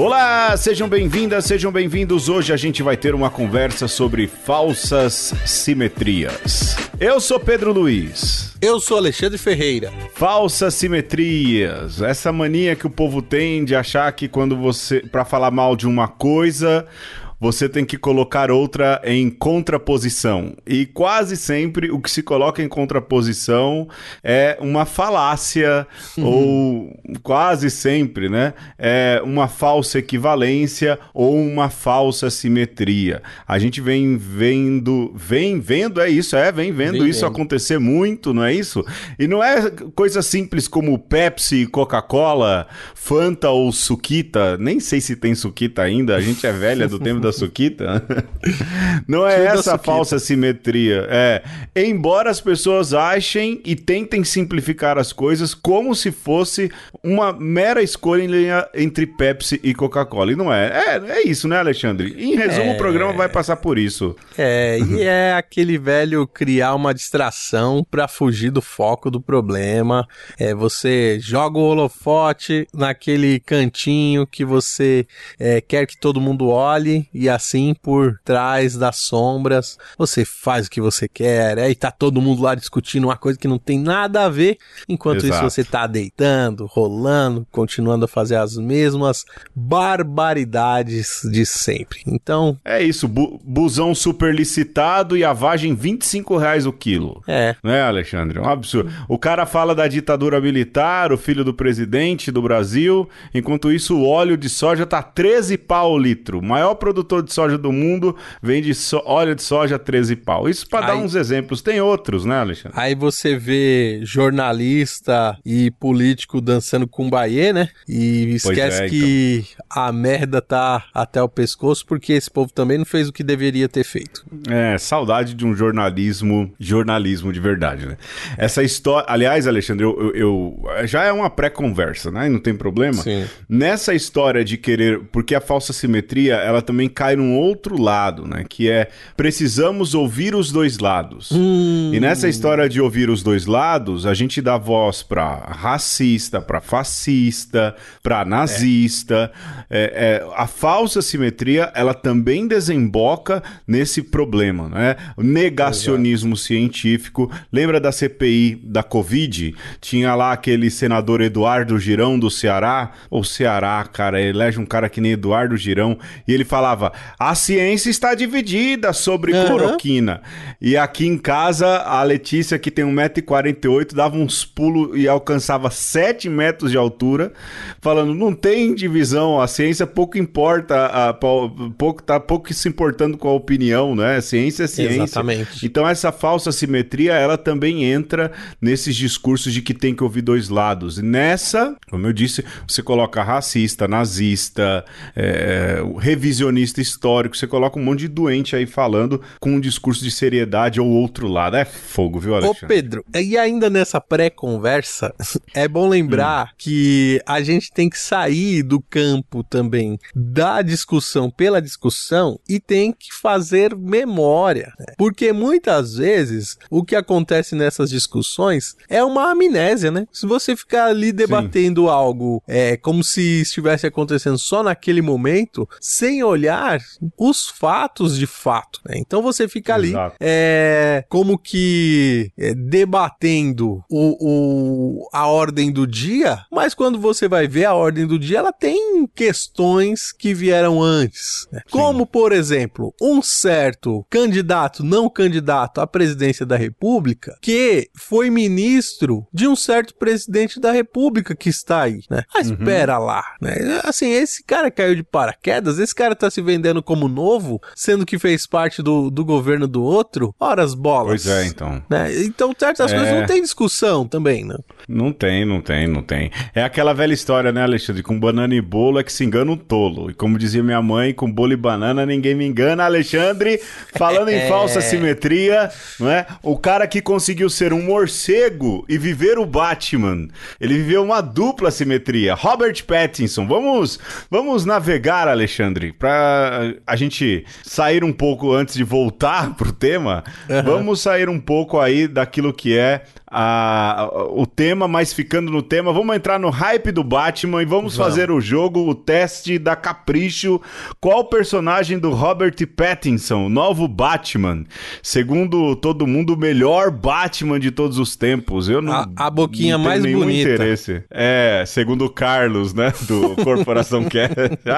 Olá, sejam bem-vindas, sejam bem-vindos. Hoje a gente vai ter uma conversa sobre falsas simetrias. Eu sou Pedro Luiz. Eu sou Alexandre Ferreira. Falsas simetrias, essa mania que o povo tem de achar que quando para falar mal de uma coisa, você tem que colocar outra em contraposição. E quase sempre o que se coloca em contraposição é uma falácia, ou quase sempre, né? É uma falsa equivalência ou uma falsa simetria. A gente vem vendo isso acontecer muito, não é isso? E não é coisa simples como Pepsi, Coca-Cola, Fanta ou Suquita. Nem sei se tem Suquita ainda, a gente é velha do tempo da Suquita. Não é essa falsa simetria. Embora as pessoas achem e tentem simplificar as coisas como se fosse uma mera escolha entre Pepsi e Coca-Cola. E não é. É isso, né, Alexandre? Em resumo, o programa vai passar por isso. E é aquele velho criar uma distração pra fugir do foco do problema. Você joga o holofote naquele cantinho que você quer que todo mundo olhe e assim por trás das sombras você faz o que você quer, e tá todo mundo lá discutindo uma coisa que não tem nada a ver, enquanto Exato. Isso você tá deitando, rolando, continuando a fazer as mesmas barbaridades de sempre. Então... é isso, busão superlicitado e a vagem R$25 o quilo. Né, Alexandre? É um absurdo. O cara fala da ditadura militar, o filho do presidente do Brasil, enquanto isso o óleo de soja tá 13 pau o litro. O maior produtor de soja do mundo vende óleo de soja a 13 pau. Isso para dar uns exemplos. Tem outros, né, Alexandre? Aí você vê jornalista e político dançando Cumbayê, né? E esquece que a merda tá até o pescoço, porque esse povo também não fez o que deveria ter feito. Saudade de um jornalismo de verdade, né? Essa história... Aliás, Alexandre, eu já é uma pré-conversa, né? Não tem problema. Sim. Nessa história de querer... Porque a falsa simetria, ela também cai num outro lado, né? Que é, precisamos ouvir os dois lados. E nessa história de ouvir os dois lados, a gente dá voz pra racista, pra fascista, pra nazista. A falsa simetria, ela também desemboca nesse problema, né? O negacionismo científico. Lembra da CPI da Covid? Tinha lá aquele senador Eduardo Girão do Ceará. O Ceará, cara, elege um cara que nem Eduardo Girão. E ele falava, a ciência está dividida sobre cloroquina. E aqui em casa, a Letícia, que tem 1,48 m, dava uns pulos e alcançava 7 metros de altura, falando, não tem divisão, a ciência pouco importa, pouco se importando com a opinião, né? Ciência é ciência. Exatamente. Então essa falsa simetria, ela também entra nesses discursos de que tem que ouvir dois lados. E nessa, como eu disse, você coloca racista, nazista, revisionista histórico, você coloca um monte de doente aí falando com um discurso de seriedade ou outro lado. É fogo, viu, Alexandre? Ô, Pedro, e ainda nessa pré-conversa, é bom lembrar que a gente tem que sair do campo também da discussão pela discussão e tem que fazer memória, né? Porque muitas vezes o que acontece nessas discussões é uma amnésia, né? Se você ficar ali debatendo algo como se estivesse acontecendo só naquele momento, sem olhar os fatos de fato, né? Então você fica ali como que debatendo a ordem do dia, mas quando você vai ver a ordem do dia, ela tem questões que vieram antes, né? Como, por exemplo, um certo candidato, não candidato à presidência da República, que foi ministro de um certo presidente da República que está aí, né? Mas espera lá, né? Assim, esse cara caiu de paraquedas, esse cara tá se vendendo como novo, sendo que fez parte do governo do outro, ora as bolas. Pois é, então. Né? Então, certas coisas não tem discussão também, né? Não tem. É aquela velha história, né, Alexandre? Com banana e bolo é que se engana um tolo. E como dizia minha mãe, com bolo e banana ninguém me engana. Alexandre, falando em falsa simetria, não é? O cara que conseguiu ser um morcego e viver o Batman, ele viveu uma dupla simetria. Robert Pattinson. Vamos navegar, Alexandre, pra a gente sair um pouco antes de voltar pro tema, vamos sair um pouco aí daquilo que é o tema, mas ficando no tema, vamos entrar no hype do Batman e vamos fazer o jogo, o teste da Capricho. Qual personagem do Robert Pattinson, novo Batman? Segundo todo mundo, o melhor Batman de todos os tempos. Eu não a boquinha não tenho mais nenhum bonita. interesse. Segundo o Carlos, né, do Corporação Cast.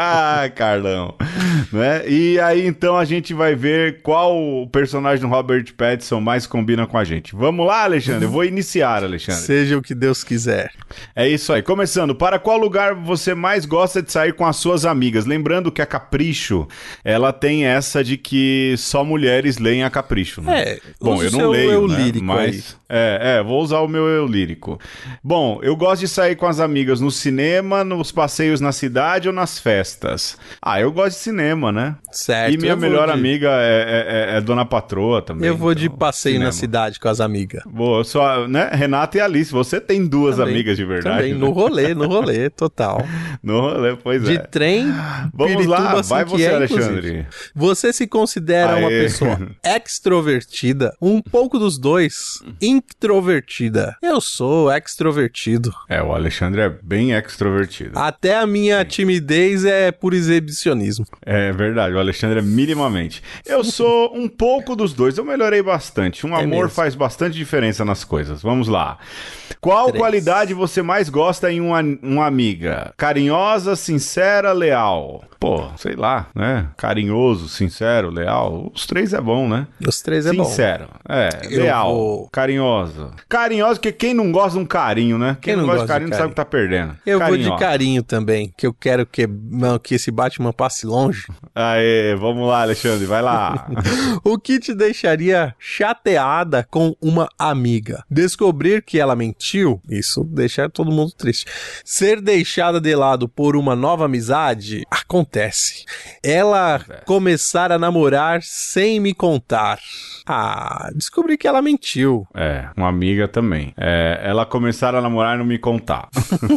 Carlão. Né? E aí, então, a gente vai ver qual personagem do Robert Pattinson mais combina com a gente. Vamos lá, Alexandre? Eu vou iniciar, Alexandre. Seja o que Deus quiser. É isso aí. Começando, para qual lugar você mais gosta de sair com as suas amigas? Lembrando que a Capricho, ela tem essa de que só mulheres leem a Capricho, né? Bom, eu não leio, eu né? lírico Mas... vou usar o meu eu lírico. Bom, eu gosto de sair com as amigas no cinema, nos passeios na cidade ou nas festas. Eu gosto de cinema, né? Certo. E minha melhor amiga é Dona Patroa também. Eu vou então, de passeio cinema. na cidade com as amigas. Boa, só, né? Renata e Alice, você tem duas Também, amigas de verdade. Também, né? no rolê, total. No rolê, pois De é. trem, Vamos lá, vai você, Alexandre. Inclusive. Você se considera uma pessoa extrovertida, um pouco dos dois, introvertida. Eu sou extrovertido. O Alexandre é bem extrovertido. Até a minha timidez é por exibicionismo. É verdade, o Alexandre é minimamente. Eu sou um pouco dos dois, eu melhorei bastante. Um amor faz bastante diferença nas coisas. Vamos lá. Qual qualidade você mais gosta em uma amiga? Carinhosa, sincera, leal? Pô, sei lá, né? Carinhoso, sincero, leal. Os três é bom, né? Os três é bom. Sincero. Leal. Carinhosa. Carinhosa, porque quem não gosta de um carinho, né? Quem não gosta de carinho não sabe o que tá perdendo. Eu vou de carinho também, que eu quero que esse Batman passe longe. Aê, vamos lá, Alexandre, vai lá. O que te deixaria chateada com uma amiga? Descobrir que ela mentiu? Isso deixa todo mundo triste. Ser deixada de lado por uma nova amizade? Acontece. Ela começar a namorar sem me contar. Descobri que ela mentiu. Uma amiga também. Ela começar a namorar e não me contar.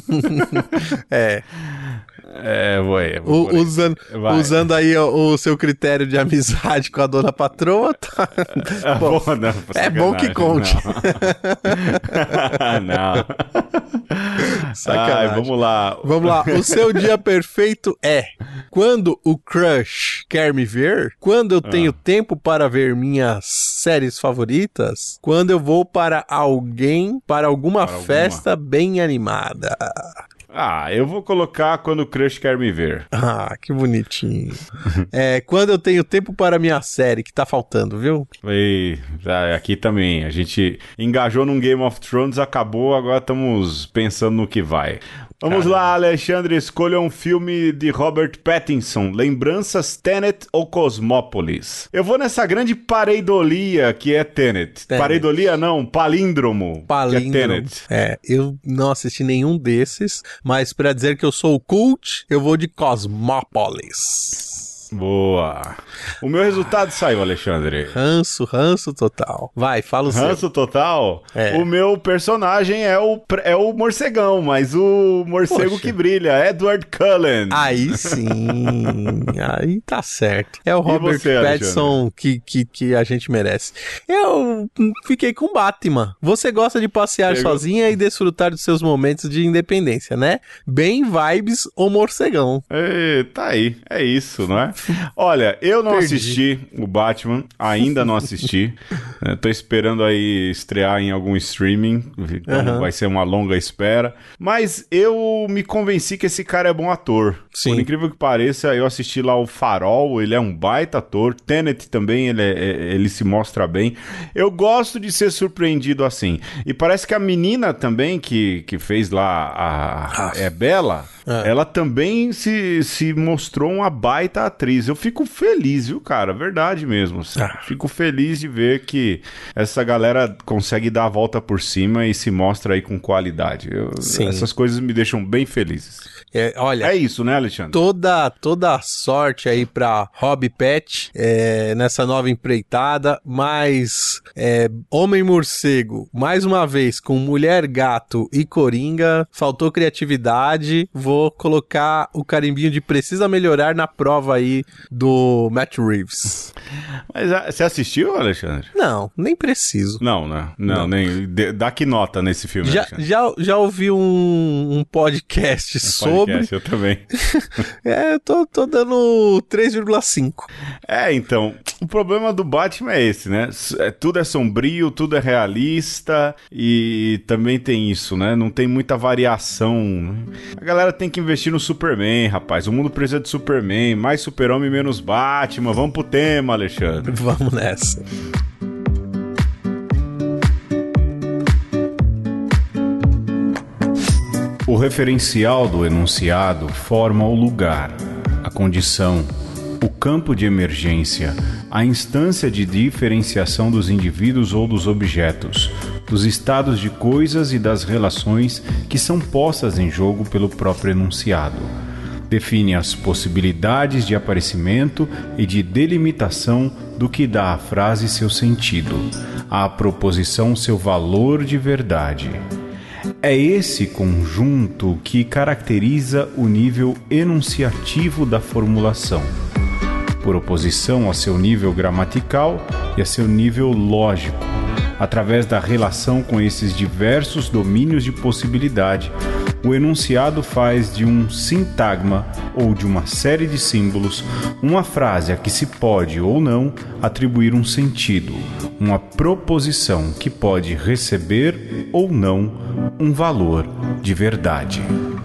Usando aí o seu critério de amizade com a Dona Patroa, tá? Bom, é bom que conte. Não. Sacanagem. Vamos lá. Vamos lá. O seu dia perfeito é quando o crush quer me ver, quando eu tenho tempo para ver minhas séries favoritas, quando eu vou para alguma festa bem animada. Eu vou colocar quando o crush quer me ver. Que bonitinho. Quando eu tenho tempo para minha série, que tá faltando, viu? Aqui também. A gente engajou num Game of Thrones, acabou, agora estamos pensando no que vai. Vamos lá, Alexandre, escolha um filme de Robert Pattinson, Lembranças, Tenet ou Cosmópolis? Eu vou nessa grande pareidolia que é Tenet. Pareidolia não, palíndromo. Palíndromo. Que é Tenet. Eu não assisti nenhum desses, mas pra dizer que eu sou o cult, eu vou de Cosmópolis. Boa. O meu resultado saiu, Alexandre. Ranço total. Vai, fala o seu. Ranço total? O meu personagem é o morcegão, mas o morcego que brilha, Edward Cullen. Aí sim. Aí tá certo. É o Robert Pattinson que a gente merece. Eu fiquei com Batman. Você gosta de passear sozinha e desfrutar dos seus momentos de independência, né? Bem vibes o morcegão. Tá aí. É isso, não é? Olha, eu não assisti o Batman, ainda não assisti. Tô esperando aí estrear em algum streaming, então vai ser uma longa espera. Mas eu me convenci que esse cara é bom ator. Sim. Por incrível que pareça, eu assisti lá o Farol, ele é um baita ator. Tenet também, ele se mostra bem. Eu gosto de ser surpreendido assim. E parece que a menina também que fez lá a Bella... Ela também se mostrou uma baita atriz. Eu fico feliz, viu, cara? Verdade mesmo. Fico feliz de ver que essa galera consegue dar a volta por cima e se mostra aí com qualidade. Essas coisas me deixam bem felizes. Olha, é isso, né, Alexandre? Toda sorte aí pra Rob Patch nessa nova empreitada, mas Homem-Morcego, mais uma vez, com Mulher Gato e Coringa, faltou criatividade, vou vou colocar o carimbinho de precisa melhorar na prova aí do Matt Reeves. Mas você assistiu, Alexandre? Não, nem preciso. Não, né? Não. Nem... Dá que nota nesse filme, Já ouvi um podcast sobre... Eu também. Tô dando 3,5. Então, o problema do Batman é esse, né? Tudo é sombrio, tudo é realista e também tem isso, né? Não tem muita variação. A galera tem que investir no Superman, rapaz. O mundo precisa de Superman, mais Super-Homem, menos Batman. Vamos pro tema, Alexandre. Vamos nessa. O referencial do enunciado forma o lugar, a condição, o campo de emergência, a instância de diferenciação dos indivíduos ou dos objetos, dos estados de coisas e das relações que são postas em jogo pelo próprio enunciado. Define as possibilidades de aparecimento e de delimitação do que dá à frase seu sentido, à proposição seu valor de verdade. É esse conjunto que caracteriza o nível enunciativo da formulação, por oposição a seu nível gramatical e a seu nível lógico, através da relação com esses diversos domínios de possibilidade. O enunciado faz de um sintagma ou de uma série de símbolos uma frase a que se pode ou não atribuir um sentido, uma proposição que pode receber ou não um valor de verdade.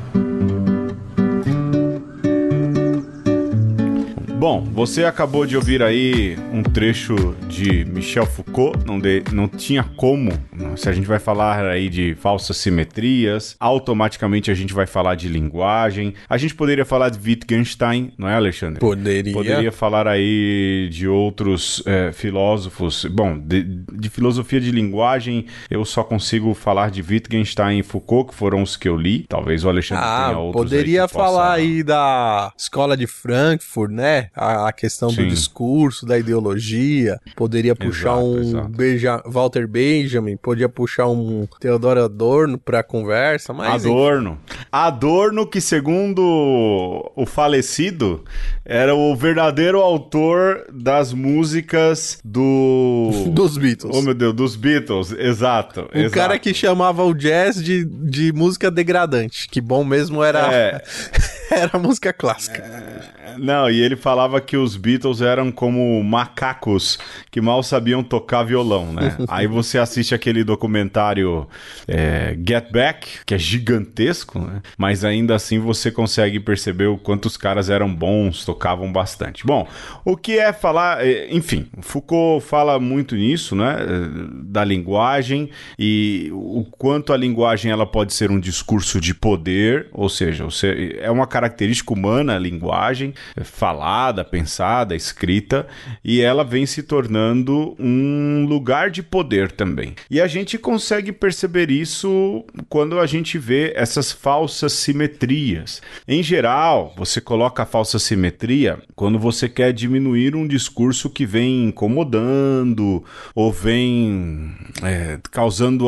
Bom, você acabou de ouvir aí um trecho de Michel Foucault, não tinha como, se a gente vai falar aí de falsas simetrias, automaticamente a gente vai falar de linguagem, a gente poderia falar de Wittgenstein, não é, Alexandre? Poderia falar aí de outros filósofos, bom, de filosofia de linguagem eu só consigo falar de Wittgenstein e Foucault, que foram os que eu li, talvez o Alexandre tenha outros. Poderia falar aí da Escola de Frankfurt, né? A questão do discurso, da ideologia, poderia puxar Walter Benjamin, podia puxar um Theodor Adorno pra conversa, mas... Adorno, que segundo o falecido, era o verdadeiro autor das músicas dos Beatles. Oh, meu Deus, dos Beatles, exato. O cara que chamava o jazz de música degradante, que bom mesmo era a música clássica. Não, e ele falava que os Beatles eram como macacos que mal sabiam tocar violão, né? Aí você assiste aquele documentário Get Back, que é gigantesco, né? Mas ainda assim você consegue perceber o quanto os caras eram bons, tocavam bastante. Bom, o que é falar... Enfim, Foucault fala muito nisso, né? Da linguagem e o quanto a linguagem ela pode ser um discurso de poder, ou seja, é uma característica humana a linguagem, falada, pensada, escrita, e ela vem se tornando um lugar de poder também. E a gente consegue perceber isso quando a gente vê essas falsas simetrias. Em geral, você coloca a falsa simetria quando você quer diminuir um discurso que vem incomodando ou vem causando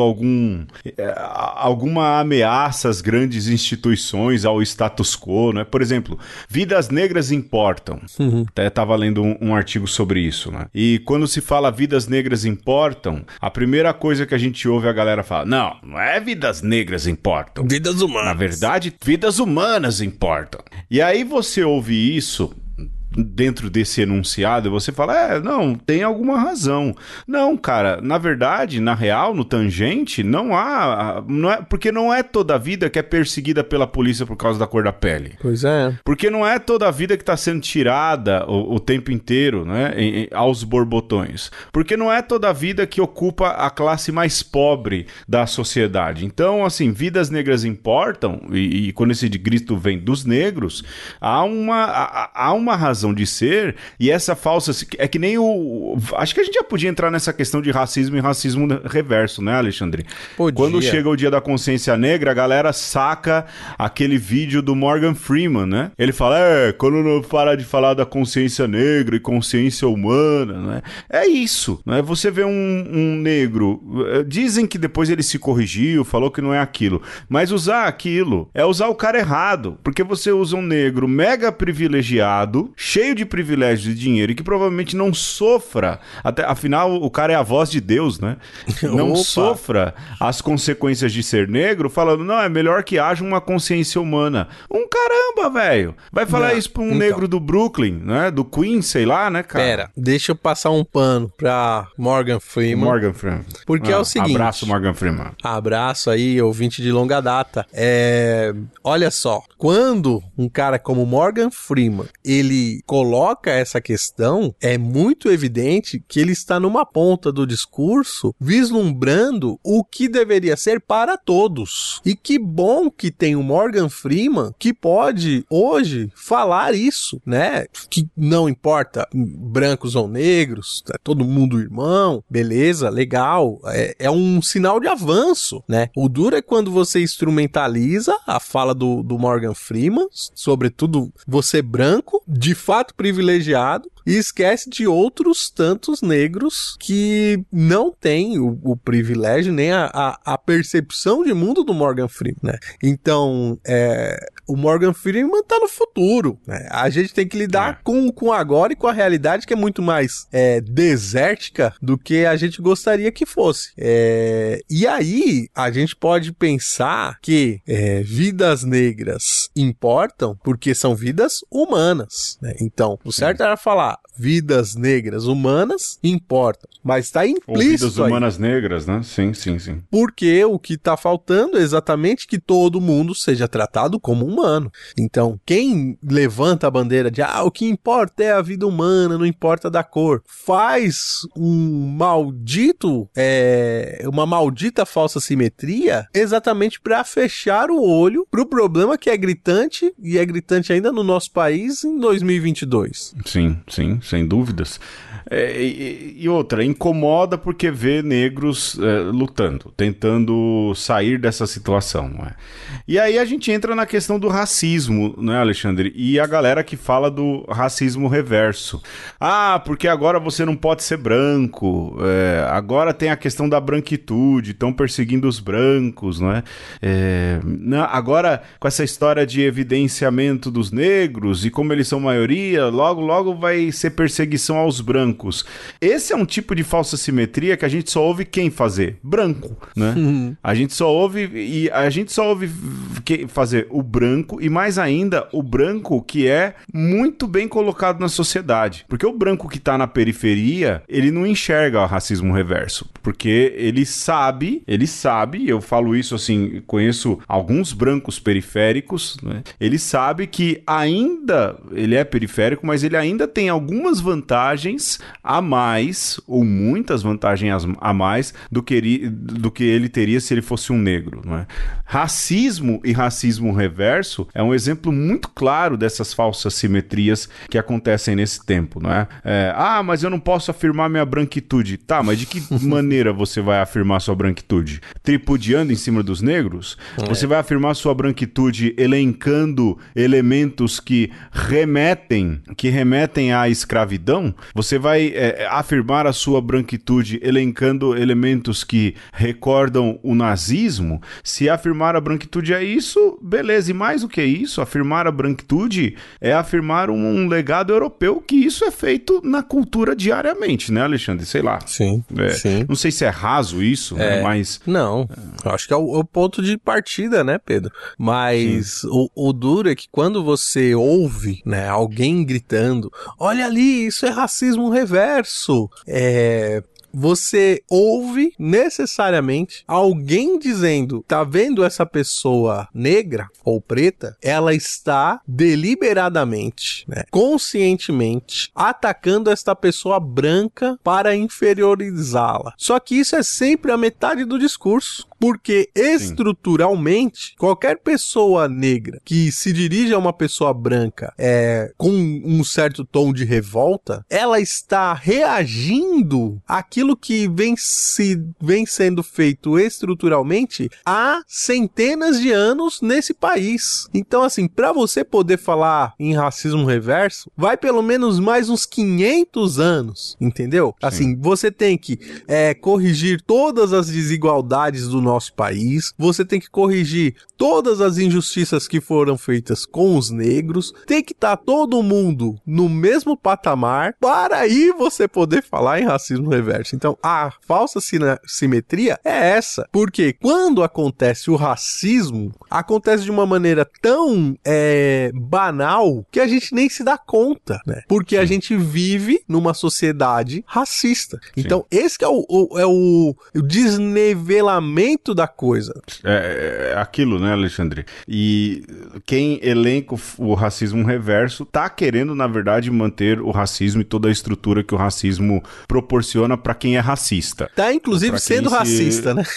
alguma ameaça às grandes instituições, ao status quo, né? Por exemplo, vidas negras importam. Até estava lendo um artigo sobre isso, né? E quando se fala vidas negras importam, a primeira coisa que a gente ouve a galera falar, não é vidas negras importam. Vidas humanas. Na verdade, vidas humanas importam. E aí você ouve isso dentro desse enunciado, você fala, não, tem alguma razão. Não, cara, na verdade, na real, no tangente, não é, porque não é toda a vida que é perseguida pela polícia por causa da cor da pele. Pois é. Porque não é toda a vida que está sendo tirada o tempo inteiro, né, aos borbotões. Porque não é toda a vida que ocupa a classe mais pobre da sociedade. Então, assim, vidas negras importam, e quando esse grito vem dos negros, há uma razão razão de ser, e essa falsa... É que nem o... Acho que a gente já podia entrar nessa questão de racismo e racismo reverso, né, Alexandre? Podia. Quando chega o dia da consciência negra, a galera saca aquele vídeo do Morgan Freeman, né? Ele fala, quando não para de falar da consciência negra e consciência humana, né? É isso, né? Você vê um negro... Dizem que depois ele se corrigiu, falou que não é aquilo. Mas usar aquilo é usar o cara errado, porque você usa um negro mega privilegiado, cheio de privilégios e dinheiro, e que provavelmente não sofra, afinal o cara é a voz de Deus, né? Não sofra as consequências de ser negro, falando, não, é melhor que haja uma consciência humana. Caramba, velho! Vai falar isso pra um negro do Brooklyn, né? Do Queens, sei lá, né, cara? Pera, deixa eu passar um pano pra Morgan Freeman. Morgan Freeman. Porque é o seguinte... Abraço, Morgan Freeman. Abraço aí, ouvinte de longa data. Olha só, quando um cara como Morgan Freeman, ele coloca essa questão, é muito evidente que ele está numa ponta do discurso vislumbrando o que deveria ser para todos. E que bom que tem o Morgan Freeman que pode hoje falar isso, né? Que não importa brancos ou negros, é todo mundo irmão, beleza, legal, é um sinal de avanço, né? O duro é quando você instrumentaliza a fala do Morgan Freeman, sobretudo você branco, de fato privilegiado, e esquece de outros tantos negros que não têm o privilégio nem a percepção de mundo do Morgan Freeman, né? Então, o Morgan Freeman tá no futuro, né? A gente tem que lidar com agora e com a realidade que é muito mais desértica do que a gente gostaria que fosse. E aí, a gente pode pensar que vidas negras importam porque são vidas humanas, né? Então, o certo era falar vidas negras humanas importam, mas está implícito ou vidas humanas negras, né? Sim. Porque o que está faltando é exatamente que todo mundo seja tratado como humano. Então, quem levanta a bandeira de o que importa é a vida humana, não importa da cor, faz uma maldita falsa simetria exatamente para fechar o olho para o problema que é gritante, e é gritante ainda no nosso país em 2022. Sim, sem dúvidas. E outra, incomoda porque vê negros lutando, tentando sair dessa situação, não é? E aí a gente entra na questão do racismo, não é, Alexandre? E a galera que fala do racismo reverso. Porque agora você não pode ser branco, agora tem a questão da branquitude, estão perseguindo os brancos, não é? Agora, com essa história de evidenciamento dos negros, e como eles são maioria, logo vai ser perseguição aos brancos. Esse é um tipo de falsa simetria que a gente só ouve quem fazer? Branco, né? A gente só ouve fazer o branco, e mais ainda o branco que é muito bem colocado na sociedade. Porque o branco que tá na periferia, ele não enxerga o racismo reverso, porque ele sabe, eu falo isso assim, conheço alguns brancos periféricos, né? Ele sabe que ainda ele é periférico, mas ele ainda tem algumas vantagens a mais, ou muitas vantagens a mais do que ele teria se ele fosse um negro, não é? Racismo e racismo reverso é um exemplo muito claro dessas falsas simetrias que acontecem nesse tempo, não é? Mas eu não posso afirmar minha branquitude. Tá, mas de que maneira você vai afirmar sua branquitude? Tripudiando em cima dos negros? Você vai afirmar sua branquitude elencando elementos que remetem à escravidão? Você vai afirmar a sua branquitude elencando elementos que recordam o nazismo? Se afirmar a branquitude é isso, beleza. E mais do que isso, afirmar a branquitude é afirmar um legado europeu, que isso é feito na cultura diariamente, né, Alexandre? Sei lá. Sim. Não sei se é raso isso, né, mas... Não, acho que é o ponto de partida, né, Pedro? Mas o duro é que quando você ouve, né, alguém gritando, olha ali, isso é racismo reverso, você ouve necessariamente alguém dizendo, tá vendo essa pessoa negra ou preta? Ela está deliberadamente, né, conscientemente atacando esta pessoa branca para inferiorizá-la. Só que isso é sempre a metade do discurso. Porque estruturalmente, qualquer pessoa negra que se dirige a uma pessoa branca com um certo tom de revolta, ela está reagindo àquilo que vem sendo feito estruturalmente há centenas de anos nesse país. Então, assim, para você poder falar em racismo reverso, vai pelo menos mais uns 500 anos, entendeu? Sim. Assim, você tem que corrigir todas as desigualdades do nosso país, você tem que corrigir todas as injustiças que foram feitas com os negros, tem que estar todo mundo no mesmo patamar para aí você poder falar em racismo reverso. Então, a falsa simetria é essa, porque quando acontece o racismo, acontece de uma maneira tão banal que a gente nem se dá conta, né? Porque a gente vive numa sociedade racista. Então, esse que é o desnivelamento da coisa. É aquilo, né, Alexandre? E quem elenca o racismo reverso tá querendo, na verdade, manter o racismo e toda a estrutura que o racismo proporciona para quem é racista. Tá, inclusive, sendo racista, né?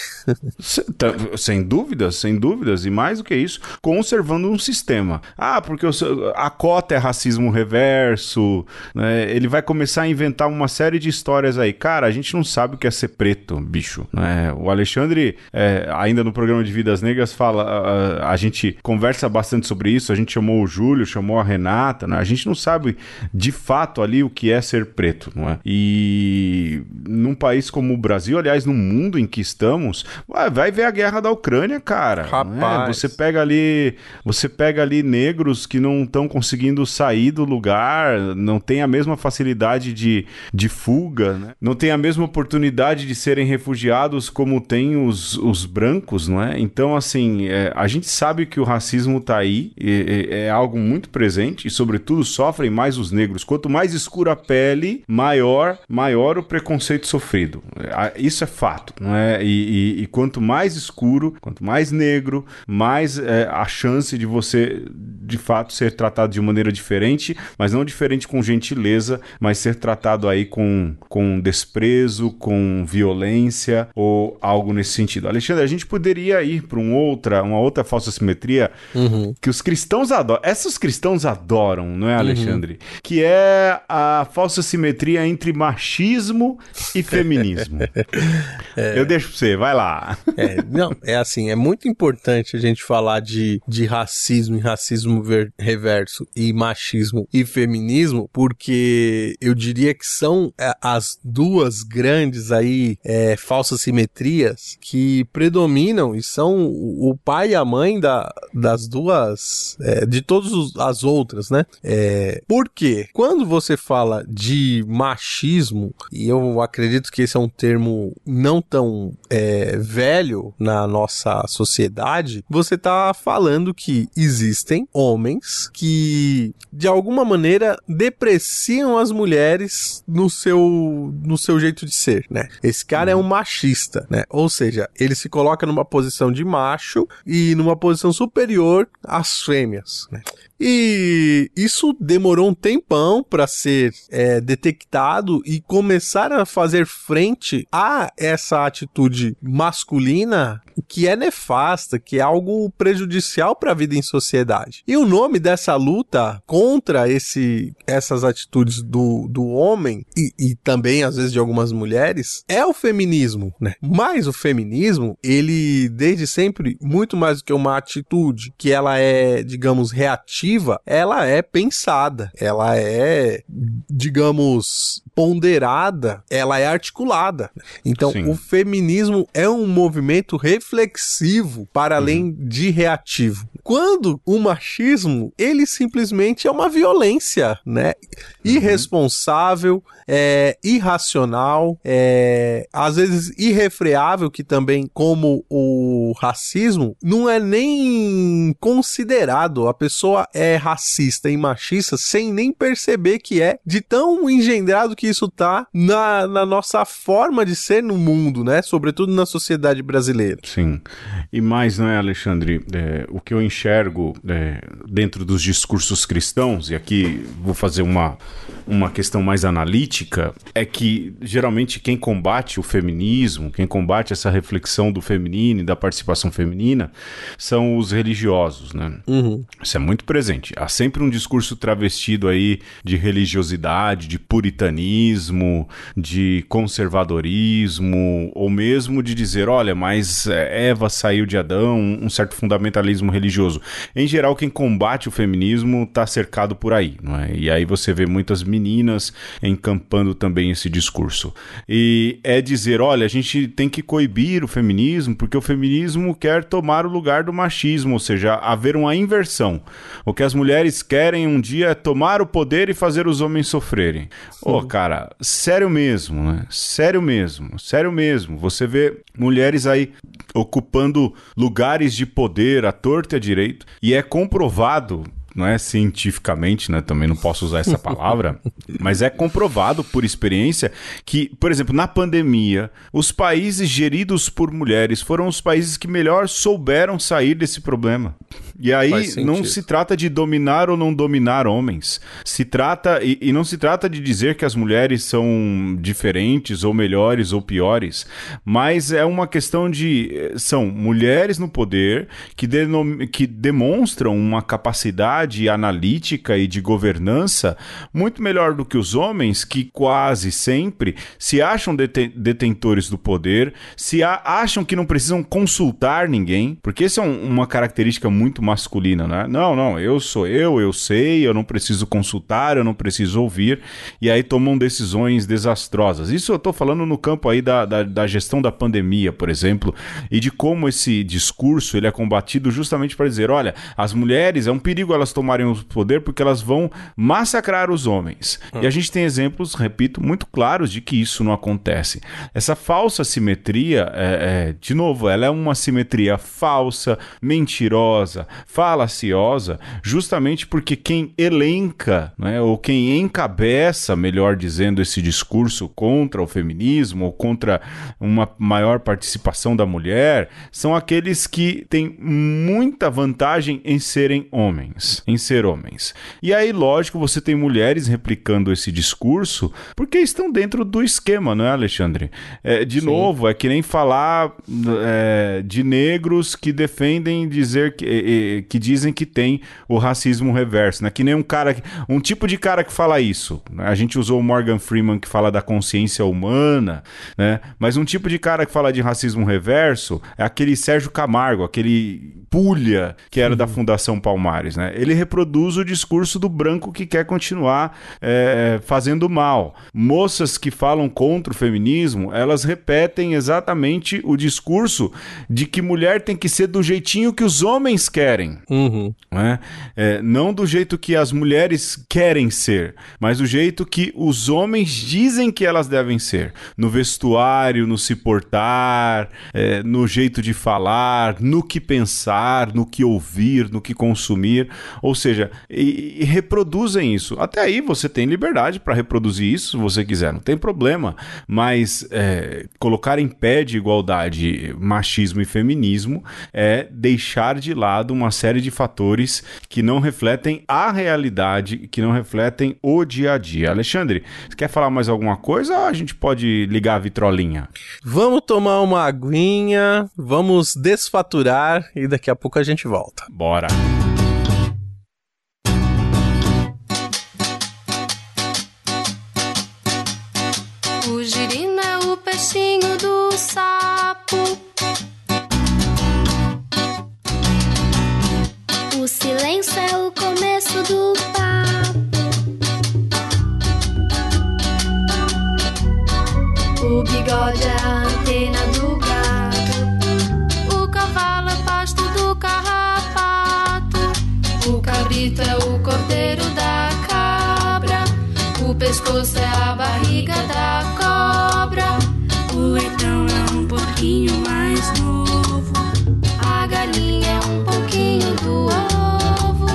Sem dúvidas. E mais do que isso, conservando um sistema. Porque a cota é racismo reverso, né? Ele vai começar a inventar uma série de histórias aí. Cara, a gente não sabe o que é ser preto, bicho. Né? O Alexandre, ainda no programa de Vidas Negras, fala, a gente conversa bastante sobre isso, a gente chamou o Júlio, chamou a Renata, né? A gente não sabe de fato ali o que é ser preto, não é? E num país como o Brasil, aliás, no mundo em que estamos, vai ver a guerra da Ucrânia, cara. Rapaz. Você pega ali negros que não estão conseguindo sair do lugar, não tem a mesma facilidade de fuga, né? Não tem a mesma oportunidade de serem refugiados como tem os brancos, não é? Então, assim, a gente sabe que o racismo tá aí, é algo muito presente e, sobretudo, sofrem mais os negros. Quanto mais escura a pele, maior o preconceito sofrido. Isso é fato, não é? E quanto mais escuro, quanto mais negro, mais a chance de você, de fato, ser tratado de maneira diferente, mas não diferente com gentileza, mas ser tratado aí com desprezo, com violência ou algo nesse sentido. Alexandre, a gente poderia ir para uma outra falsa simetria que os cristãos adoram. Essas cristãos adoram, não é, Alexandre? Que é a falsa simetria entre machismo e feminismo. Eu deixo pra você, vai lá. Não, assim, é muito importante a gente falar de racismo e racismo reverso e machismo e feminismo, porque eu diria que são as duas grandes aí falsas simetrias que predominam e são o pai e a mãe das duas, de todas as outras, né? Porque quando você fala de machismo, e eu acredito que esse é um termo não tão velho na nossa sociedade, você tá falando que existem homens que, de alguma maneira, depreciam as mulheres no seu jeito de ser, né? Esse cara é um machista, né? Ou seja, ele se coloca numa posição de macho e numa posição superior às fêmeas, né? E isso demorou um tempão para ser detectado e começar a fazer frente a essa atitude masculina que é nefasta, que é algo prejudicial para a vida em sociedade. E o nome dessa luta contra essas atitudes do homem e também, às vezes, de algumas mulheres, é o feminismo, né? Mas o feminismo, ele, desde sempre, muito mais do que uma atitude que ela é, digamos, reativa, ela é pensada, ela é, digamos, ponderada, ela é articulada. Então, o feminismo é um movimento reflexivo para além de reativo. Quando o machismo, ele simplesmente é uma violência, né? Irresponsável, irracional, às vezes irrefreável, que também, como o racismo, não é nem considerado. A pessoa é racista e machista sem nem perceber que é, de tão engendrado que isso tá na nossa forma de ser no mundo, né? Sobretudo na sociedade brasileira. Sim. E mais, não é, Alexandre? O que eu enxergo enxergo dentro dos discursos cristãos, e aqui vou fazer uma questão mais analítica, é que geralmente quem combate o feminismo, quem combate essa reflexão do feminino e da participação feminina, são os religiosos, né? Uhum. Isso é muito presente. Há sempre um discurso travestido aí de religiosidade, de puritanismo, de conservadorismo, ou mesmo de dizer, olha, mas Eva saiu de Adão, um certo fundamentalismo religioso. Em geral, quem combate o feminismo está cercado por aí, não é? E aí você vê muitas meninas encampando também esse discurso. E é dizer, olha, a gente tem que coibir o feminismo, porque o feminismo quer tomar o lugar do machismo, ou seja, haver uma inversão. O que as mulheres querem um dia é tomar o poder e fazer os homens sofrerem. Cara, sério mesmo, né? Sério mesmo. Você vê mulheres aí ocupando lugares de poder à torta e à direito, e é comprovado, não é cientificamente, né? Também não posso usar essa palavra, mas é comprovado por experiência que, por exemplo, na pandemia, os países geridos por mulheres foram os países que melhor souberam sair desse problema. E aí não se trata de dominar ou não dominar homens. Se trata, e não se trata de dizer que as mulheres são diferentes ou melhores ou piores, mas é uma questão de... São mulheres no poder que demonstram uma capacidade analítica e de governança muito melhor do que os homens, que quase sempre se acham detentores do poder, acham que não precisam consultar ninguém, porque essa é uma característica muito masculina, né? Não, eu sou eu sei, eu não preciso consultar, eu não preciso ouvir, e aí tomam decisões desastrosas. Isso eu tô falando no campo aí da gestão da pandemia, por exemplo, e de como esse discurso ele é combatido justamente para dizer, olha, as mulheres, é um perigo elas tomarem o poder porque elas vão massacrar os homens. E a gente tem exemplos, repito, muito claros de que isso não acontece. Essa falsa simetria, de novo, ela é uma simetria falsa, mentirosa, falaciosa, justamente porque quem elenca, né, ou quem encabeça, melhor dizendo, esse discurso contra o feminismo ou contra uma maior participação da mulher, são aqueles que têm muita vantagem em serem homens, em ser homens. E aí, lógico, você tem mulheres replicando esse discurso porque estão dentro do esquema, não é, Alexandre? De novo, é que nem falar de negros que defendem dizer que dizem que tem o racismo reverso, né? Que nem um tipo de cara que fala isso, né? A gente usou o Morgan Freeman que fala da consciência humana, né? Mas um tipo de cara que fala de racismo reverso é aquele Sérgio Camargo, aquele Pulha que era da Fundação Palmares, né? Ele reproduz o discurso do branco que quer continuar fazendo mal. Moças que falam contra o feminismo, elas repetem exatamente o discurso de que mulher tem que ser do jeitinho que os homens querem. Né? Não do jeito que as mulheres querem ser, mas do jeito que os homens dizem que elas devem ser. No vestuário, no se portar, no jeito de falar, no que pensar, no que ouvir, no que consumir. Ou seja, e reproduzem isso. Até aí você tem liberdade para reproduzir isso se você quiser, não tem problema. Mas colocar em pé de igualdade machismo e feminismo é deixar de lado uma série de fatores que não refletem a realidade, que não refletem o dia a dia. Alexandre, você quer falar mais alguma coisa ou a gente pode ligar a vitrolinha? Vamos tomar uma aguinha, vamos desfaturar e daqui a pouco a gente volta. Bora! O girino é o peixinho do sapo. O silêncio é o começo do papo. O bigode é a antena do gato. O cavalo é pasto do carrapato. O cabrito é o cordeiro da cabra. O pescoço é a barriga da cobra. O leitão é um pouquinho mais novo. A galinha é um pouquinho do ovo.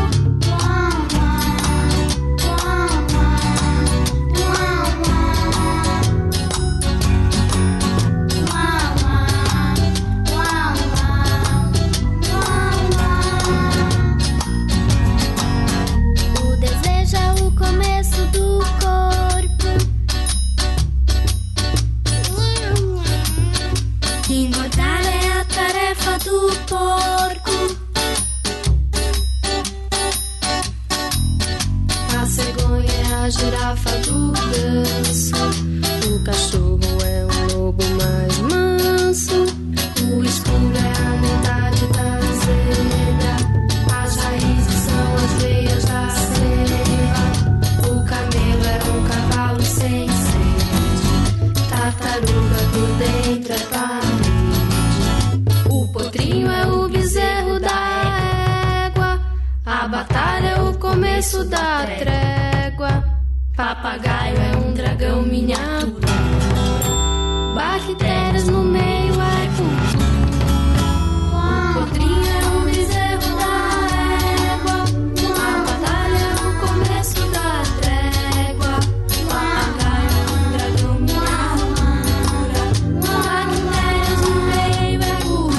começo da trégua. Papagaio é um dragão miniatura. Bactérias no meio é cultura. Codrinho é um bezerro da égua. A batalha é o começo da trégua. Papagaio é um dragão miniatura. Bactérias no meio é cultura.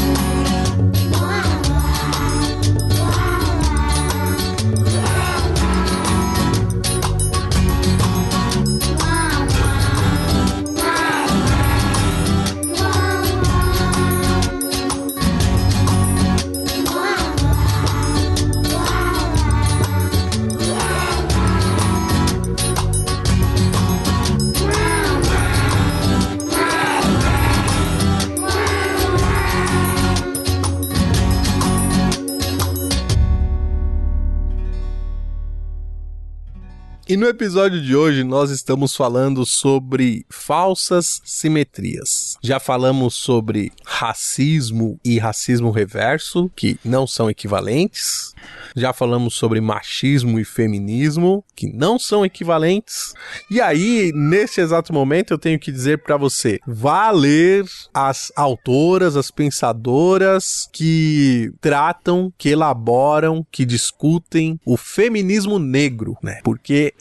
E no episódio de hoje nós estamos falando sobre falsas simetrias. Já falamos sobre racismo e racismo reverso, que não são equivalentes. Já falamos sobre machismo e feminismo, que não são equivalentes. E aí, nesse exato momento, eu tenho que dizer para você, vá ler as autoras, as pensadoras que tratam, que elaboram, que discutem o feminismo negro, né? Porque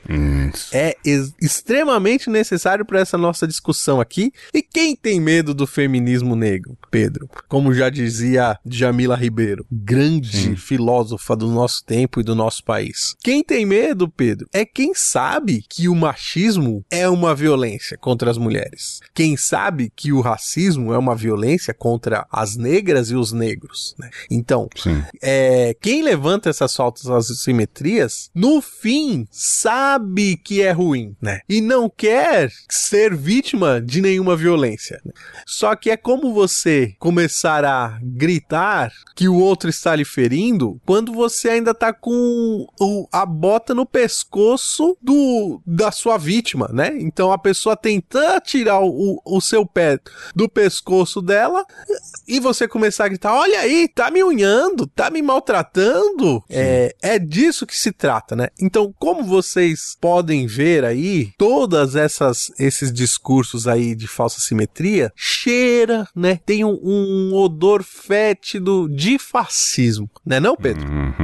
é extremamente necessário para essa nossa discussão aqui. E quem tem medo do feminismo negro, Pedro? Como já dizia Djamila Ribeiro, grande filósofa do nosso tempo e do nosso país. Quem tem medo, Pedro, é quem sabe que o machismo é uma violência contra as mulheres. Quem sabe que o racismo é uma violência contra as negras e os negros, né? Então, quem levanta essas falsas simetrias, no fim, sabe que é ruim, né? E não quer ser vítima de nenhuma violência, né? Só que é como você começar a gritar que o outro está lhe ferindo quando você ainda tá com a bota no pescoço da sua vítima, né? Então a pessoa tenta tirar o seu pé do pescoço dela e você começar a gritar, olha aí, tá me unhando, tá me maltratando. É disso que se trata, né? Então, como vocês podem ver aí, todas esses discursos aí de falsa simetria cheira, né? Tem um odor fétido de fascismo, né não, Pedro?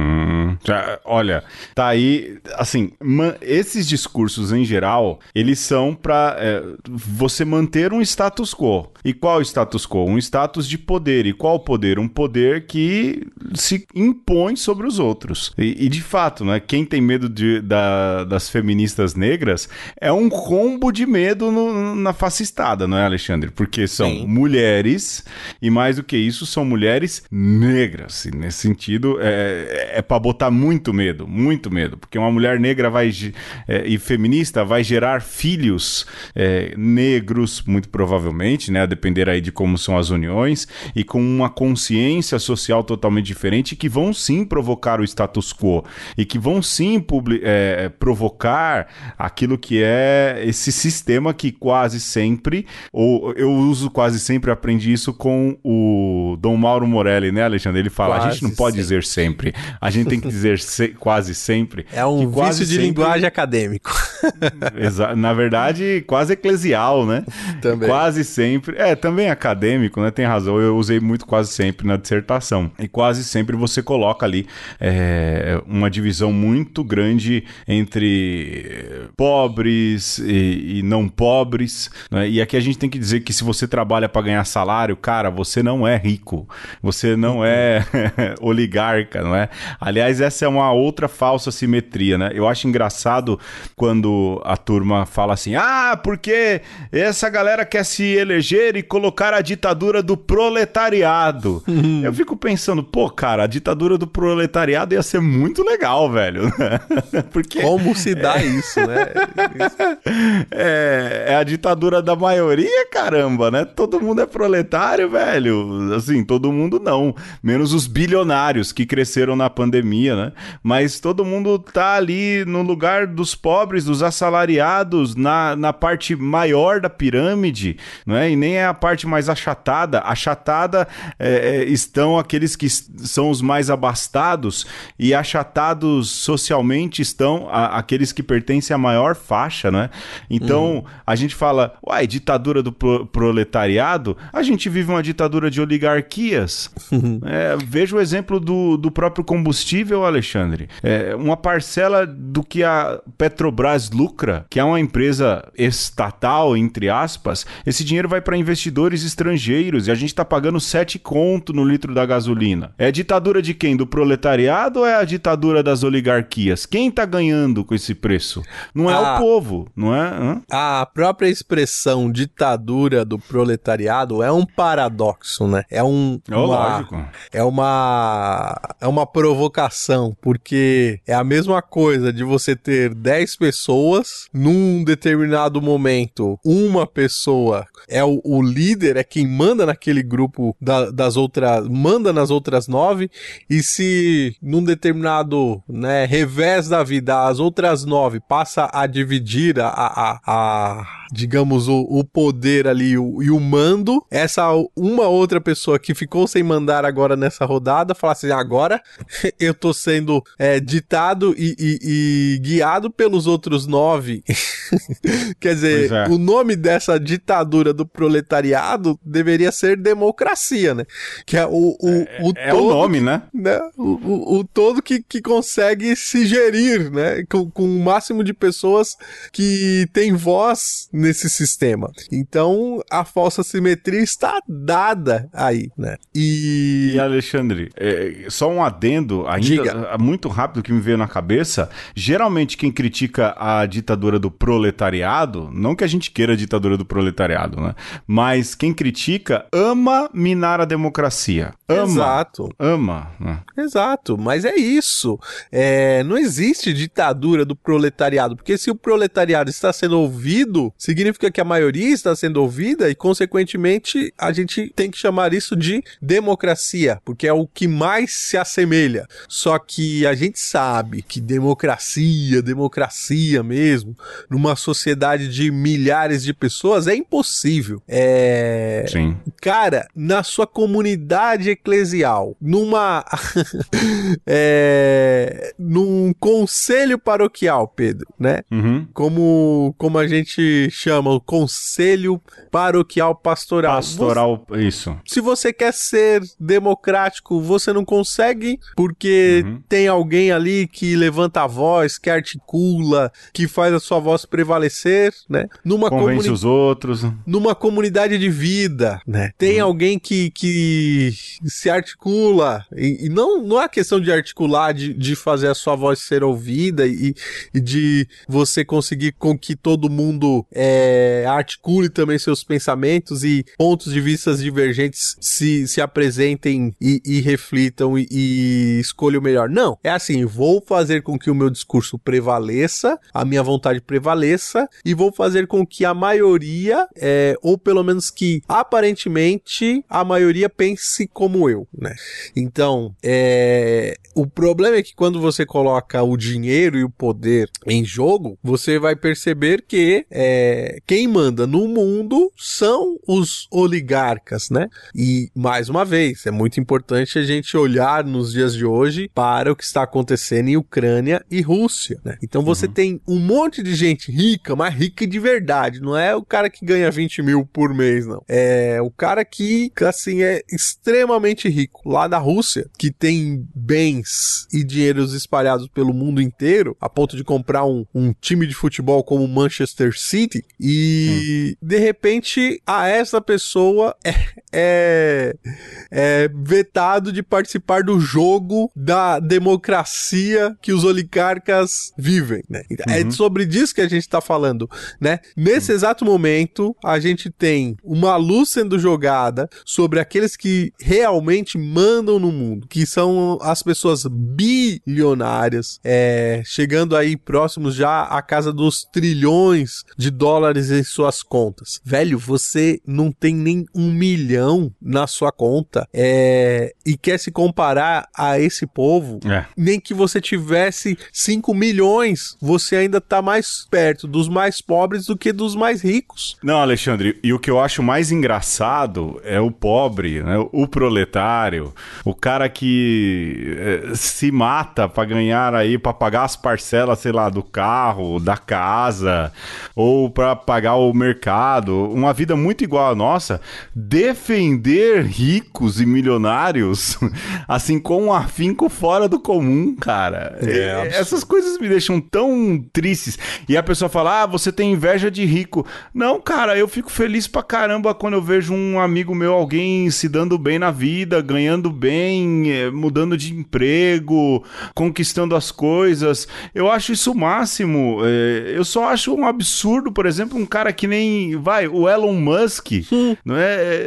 Olha, tá aí, assim, esses discursos em geral, eles são pra você manter um status quo. E qual status quo? Um status de poder. E qual poder? Um poder que se impõe sobre os outros. E de fato, né, quem tem medo das feministas negras é um combo de medo na fascistada, não é, Alexandre? Porque são mulheres, e mais do que isso, são mulheres negras. E nesse sentido, é pra botar muito medo, porque uma mulher negra e feminista vai gerar filhos negros, muito provavelmente, né, a depender aí de como são as uniões, e com uma consciência social totalmente diferente, que vão sim provocar o status quo, e que vão sim provocar aquilo que é esse sistema que quase sempre, ou eu uso quase sempre, aprendi isso com o Dom Mauro Morelli, né, Alexandre? Ele fala, a gente não pode dizer sempre, a gente tem que dizer quase sempre. É um vício de linguagem acadêmico. Na verdade, quase eclesial, né? Também. Quase sempre. Também acadêmico, né? Tem razão. Eu usei muito quase sempre na dissertação. E quase sempre você coloca ali uma divisão muito grande entre pobres e não pobres, né? E aqui a gente tem que dizer que se você trabalha para ganhar salário, cara, você não é rico. Você não é oligarca, não é? Aliás, essa é uma outra falsa simetria, né? Eu acho engraçado quando a turma fala assim, porque essa galera quer se eleger e colocar a ditadura do proletariado. Eu fico pensando, cara, a ditadura do proletariado ia ser muito legal, velho. Porque como se dá isso, né? É a ditadura da maioria, caramba, né? Todo mundo é proletário, velho. Assim, todo mundo não. Menos os bilionários que cresceram na pandemia, né? Mas todo mundo tá ali no lugar dos pobres, os assalariados na parte maior da pirâmide, não é? E nem é a parte mais achatada. Achatada estão aqueles que são os mais abastados, e achatados socialmente estão aqueles que pertencem à maior faixa, né? Então, a gente fala, uai, ditadura do proletariado, a gente vive uma ditadura de oligarquias. Veja o exemplo do próprio combustível, Alexandre. Uma parcela do que a Petrobras lucra, que é uma empresa estatal, entre aspas, esse dinheiro vai para investidores estrangeiros, e a gente está pagando 7 conto no litro da gasolina. É a ditadura de quem? Do proletariado ou é a ditadura das oligarquias? Quem está ganhando com esse preço? Não é o povo, não é? A própria expressão ditadura do proletariado é um paradoxo, né? Lógico. É uma provocação, porque é a mesma coisa de você ter 10 pessoas, num determinado momento, uma pessoa é o líder, é quem manda naquele grupo das outras, manda nas outras 9, e se num determinado, né, revés da vida, as outras 9 passa a dividir digamos, o poder ali e o mando, essa uma outra pessoa que ficou sem mandar agora nessa rodada, fala assim, agora eu tô sendo ditado e guiado pelos outros 9. Quer dizer, o nome dessa ditadura do proletariado deveria ser democracia, né? Que é o todo, o nome, né? O todo que consegue se gerir, né? Com o máximo de pessoas que tem voz nesse sistema. Então, a falsa simetria está dada aí, né? E Alexandre, só um adendo ainda muito rápido que me veio na cabeça. Geralmente quem critica a ditadura do proletariado, não que a gente queira a ditadura do proletariado, né? Mas quem critica ama minar a democracia. Ama. Né? Exato, mas é isso. Não existe ditadura do proletariado, porque se o proletariado está sendo ouvido, significa que a maioria está sendo ouvida e, consequentemente, a gente tem que chamar isso de democracia, porque é o que mais se assemelha. Só que a gente sabe que democracia mesmo, numa sociedade de milhares de pessoas, é impossível. Sim. Cara, na sua comunidade eclesial, num conselho paroquial, Pedro, né? Uhum. Como a gente chama, o conselho paroquial pastoral. Isso. Se você quer ser democrático, você não consegue, porque tem alguém ali que levanta a voz, que articula, que faz a sua voz prevalecer, né? Convence os outros. Numa comunidade de vida, né? Tem alguém que se articula, e não é questão de articular, de fazer a sua voz ser ouvida e de você conseguir com que todo mundo articule também seus pensamentos e pontos de vista divergentes se apresentem e reflitam e escolham o melhor. Não, é assim, vou fazer com que o meu discurso prevaleça, a minha vontade prevaleça, e vou fazer com que a maioria, ou pelo menos que aparentemente a maioria pense como eu, né? Então, o problema é que quando você coloca o dinheiro e o poder em jogo, você vai perceber que quem manda no mundo são os oligarcas, né? E, mais uma vez, é muito importante a gente olhar nos dias de hoje para o que está acontecendo em Ucrânia e Rússia, né? Então você tem um monte de gente rica, mas rica de verdade, não é o cara que ganha 20 mil por mês, não. É o cara que, assim, é extremamente rico, lá da Rússia, que tem bens e dinheiros espalhados pelo mundo inteiro, a ponto de comprar um time de futebol como o Manchester City, e de repente a essa pessoa é vetado de participar do jogo da democracia que os oligarcas vivem, né? É sobre isso que a gente tá falando, né? Nesse exato momento, a gente tem uma luz sendo jogada sobre aqueles que realmente mandam no mundo, que são as pessoas bilionárias, chegando aí próximos já à casa dos trilhões de dólares dólares em suas contas. Velho, você não tem nem 1 milhão na sua conta e quer se comparar a esse povo, nem que você tivesse 5 milhões, você ainda tá mais perto dos mais pobres do que dos mais ricos. Não, Alexandre, e o que eu acho mais engraçado é o pobre, né? O proletário, o cara que se mata pra ganhar aí, pra pagar as parcelas, sei lá, do carro, da casa, ou pra pagar o mercado, uma vida muito igual à nossa, defender ricos e milionários, assim, com um afinco fora do comum, cara. Essas coisas me deixam tão tristes. E a pessoa fala, você tem inveja de rico. Não, cara, eu fico feliz pra caramba quando eu vejo um amigo meu, alguém se dando bem na vida, ganhando bem, mudando de emprego, conquistando as coisas. Eu acho isso o máximo. Eu só acho um absurdo, por exemplo, um cara que nem, o Elon Musk, não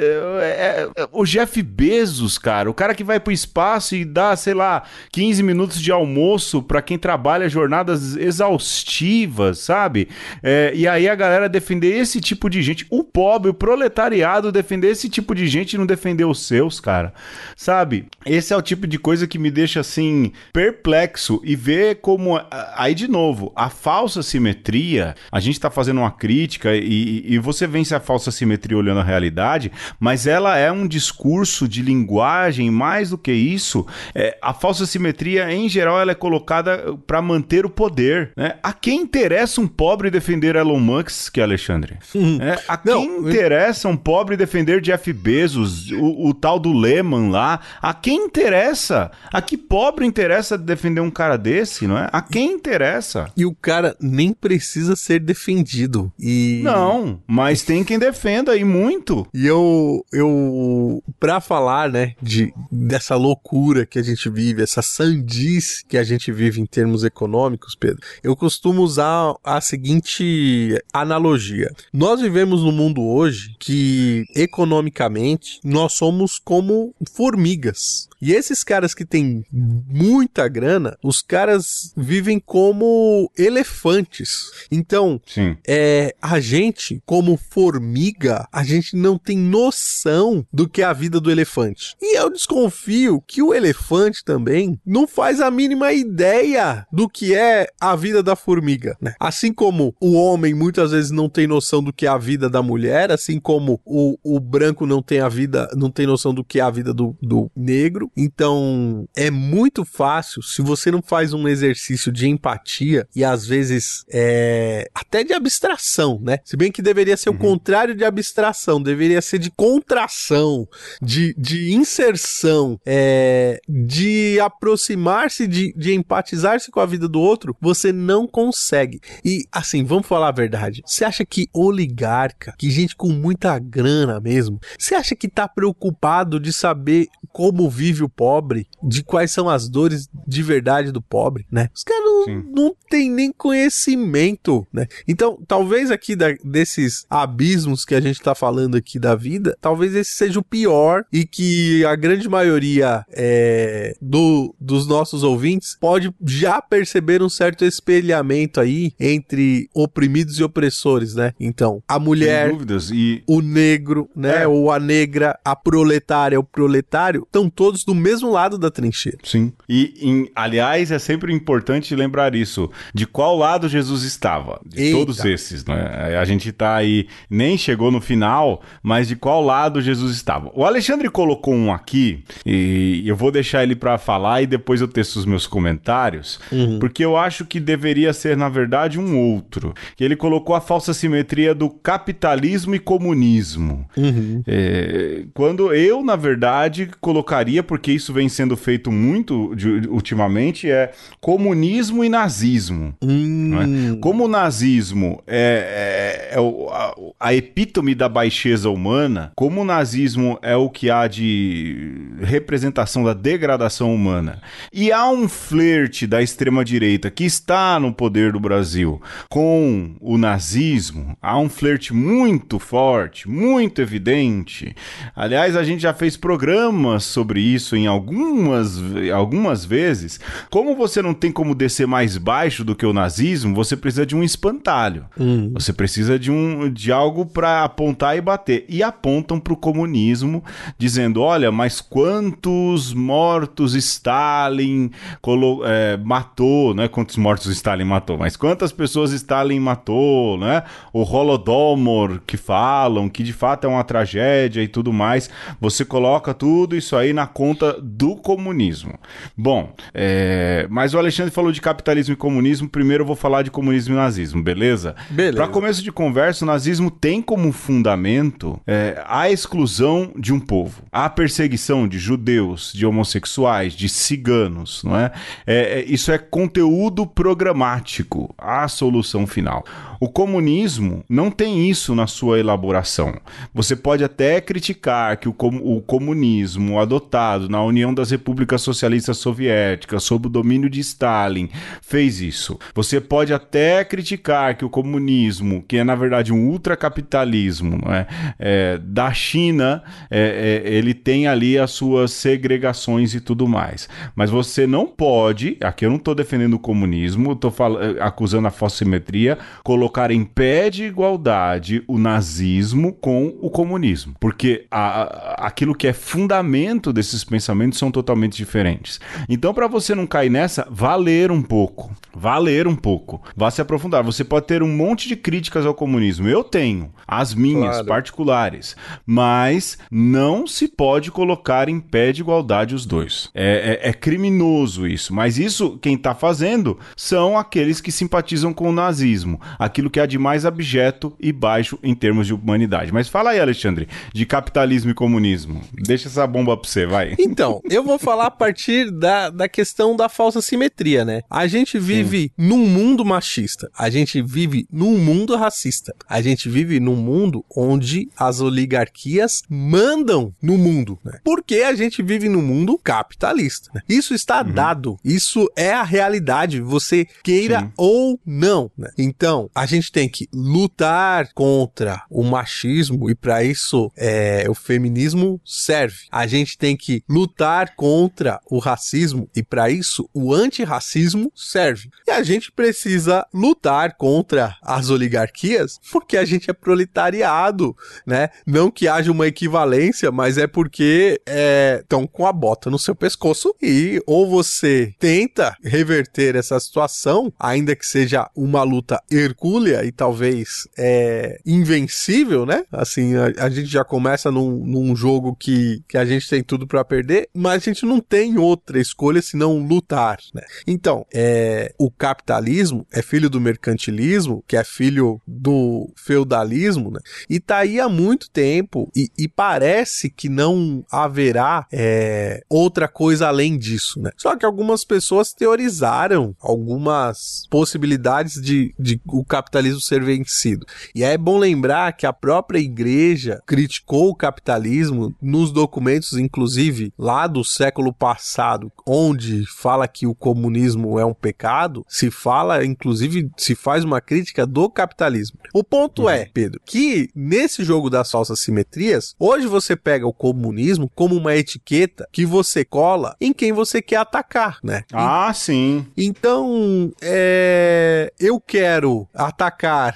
é? O Jeff Bezos, cara, o cara que vai pro espaço e dá, sei lá, 15 minutos de almoço pra quem trabalha jornadas exaustivas, sabe? E aí a galera defender esse tipo de gente, o pobre, o proletariado defender esse tipo de gente e não defender os seus, cara, sabe? Esse é o tipo de coisa que me deixa, assim, perplexo e ver como, aí de novo, a falsa simetria, a gente tá fazendo uma crítica e você vence a falsa simetria olhando a realidade, mas ela é um discurso de linguagem, mais do que isso, a falsa simetria, em geral, ela é colocada para manter o poder, né? A quem interessa um pobre defender Elon Musk, Alexandre? A quem interessa um pobre defender Jeff Bezos, o tal do Lehman lá? A quem interessa? A que pobre interessa defender um cara desse, não é? A quem interessa? E o cara nem precisa ser defendido. Não, mas tem quem defenda, e muito. E eu pra falar, né, dessa loucura que a gente vive, essa sandice que a gente vive em termos econômicos, Pedro, eu costumo usar a seguinte analogia. Nós vivemos num mundo hoje que, economicamente, nós somos como formigas. E esses caras que têm muita grana, os caras vivem como elefantes. Então, a gente, como formiga, a gente não tem noção do que é a vida do elefante. E eu desconfio que o elefante também não faz a mínima ideia do que é a vida da formiga, né? Assim como o homem muitas vezes não tem noção do que é a vida da mulher, assim como o branco não tem noção do que é a vida do negro. Então, é muito fácil, se você não faz um exercício de empatia e às vezes até de abstração, né? Se bem que deveria ser o contrário de abstração, deveria ser de contração, de inserção, de aproximar-se, de empatizar-se com a vida do outro, você não consegue. E, assim, vamos falar a verdade. Você acha que oligarca, que gente com muita grana mesmo, você acha que tá preocupado de saber como vive o pobre, de quais são as dores de verdade do pobre, né? Os caras não têm nem conhecimento, né? Então, talvez aqui desses abismos que a gente tá falando aqui da vida, talvez esse seja o pior e que a grande maioria dos nossos ouvintes pode já perceber um certo espelhamento aí entre oprimidos e opressores, né? Então, a mulher, o negro, né? Ou a negra, a proletária, o proletário, estão todos do mesmo lado da trincheira. Sim. E, aliás, é sempre importante lembrar isso. De qual lado Jesus estava? De todos esses, né? A gente tá aí, nem chegou no final, mas de qual lado Jesus estava? O Alexandre colocou um aqui, e eu vou deixar ele pra falar e depois eu teço os meus comentários, porque eu acho que deveria ser, na verdade, um outro. Que ele colocou a falsa simetria do capitalismo e comunismo. Quando eu, na verdade, colocaria, porque isso vem sendo feito muito ultimamente, comunismo e nazismo. Não é? Como o nazismo é a epítome da baixeza humana, como o nazismo é o que há de representação da degradação humana, e há um flerte da extrema-direita que está no poder do Brasil com o nazismo, há um flerte muito forte, muito evidente. Aliás, a gente já fez programas sobre isso em algumas vezes. Como você não tem como descer mais baixo do que o nazismo, você precisa de um espantalho. Você precisa precisa de algo para apontar e bater. E apontam para o comunismo, dizendo, olha, mas quantos mortos Stalin matou, não é quantos mortos Stalin matou, mas quantas pessoas Stalin matou, né? O Holodomor, que falam que de fato é uma tragédia e tudo mais. Você coloca tudo isso aí na conta do comunismo. Bom, mas o Alexandre falou de capitalismo e comunismo, primeiro eu vou falar de comunismo e nazismo, beleza? Para começo de conversa, o nazismo tem como fundamento a exclusão de um povo, a perseguição de judeus, de homossexuais, de ciganos, não é? Isso é conteúdo programático, a solução final. O comunismo não tem isso na sua elaboração. Você pode até criticar que o comunismo adotado na União das Repúblicas Socialistas Soviéticas, sob o domínio de Stalin, fez isso. Você pode até criticar que o comunismo, que é na verdade um ultracapitalismo, não é? Da China, ele tem ali as suas segregações e tudo mais. Mas você não pode, aqui eu não estou defendendo o comunismo, estou acusando a falsimetria, colocar em pé de igualdade o nazismo com o comunismo, porque aquilo que é fundamento desses pensamentos são totalmente diferentes. Então, para você não cair nessa, vá ler um pouco, vá se aprofundar. Você pode ter um monte de críticas ao comunismo, eu tenho as minhas particulares, mas não se pode colocar em pé de igualdade os dois. É criminoso isso, mas isso quem está fazendo são aqueles que simpatizam com o nazismo, aquilo que há de mais abjeto e baixo em termos de humanidade. Mas fala aí, Alexandre, de capitalismo e comunismo. Deixa essa bomba pra você, vai. Então, eu vou falar a partir da questão da falsa simetria, né? A gente vive num mundo machista, a gente vive num mundo racista, a gente vive num mundo onde as oligarquias mandam no mundo, né? Porque a gente vive num mundo capitalista, né? Isso está dado, isso é a realidade, você queira ou não, né? Então, a gente tem que lutar contra o machismo e para isso o feminismo serve. A gente tem que lutar contra o racismo e para isso o antirracismo serve. E a gente precisa lutar contra as oligarquias porque a gente é proletariado, né? Não que haja uma equivalência, mas é porque estão com a bota no seu pescoço e ou você tenta reverter essa situação, ainda que seja uma luta hercúlea e talvez invencível, né? Assim, a gente já começa num jogo que a gente tem tudo pra perder, mas a gente não tem outra escolha senão lutar, né? Então, o capitalismo é filho do mercantilismo, que é filho do feudalismo, né? E tá aí há muito tempo e parece que não haverá outra coisa além disso, né? Só que algumas pessoas teorizaram algumas possibilidades de o capitalismo ser vencido. E é bom lembrar que a própria igreja criticou o capitalismo nos documentos, inclusive, lá do século passado, onde fala que o comunismo é um pecado, se fala, inclusive, se faz uma crítica do capitalismo. O ponto é, Pedro, que nesse jogo das falsas simetrias, hoje você pega o comunismo como uma etiqueta que você cola em quem você quer atacar, né? Sim. Então, eu quero atacar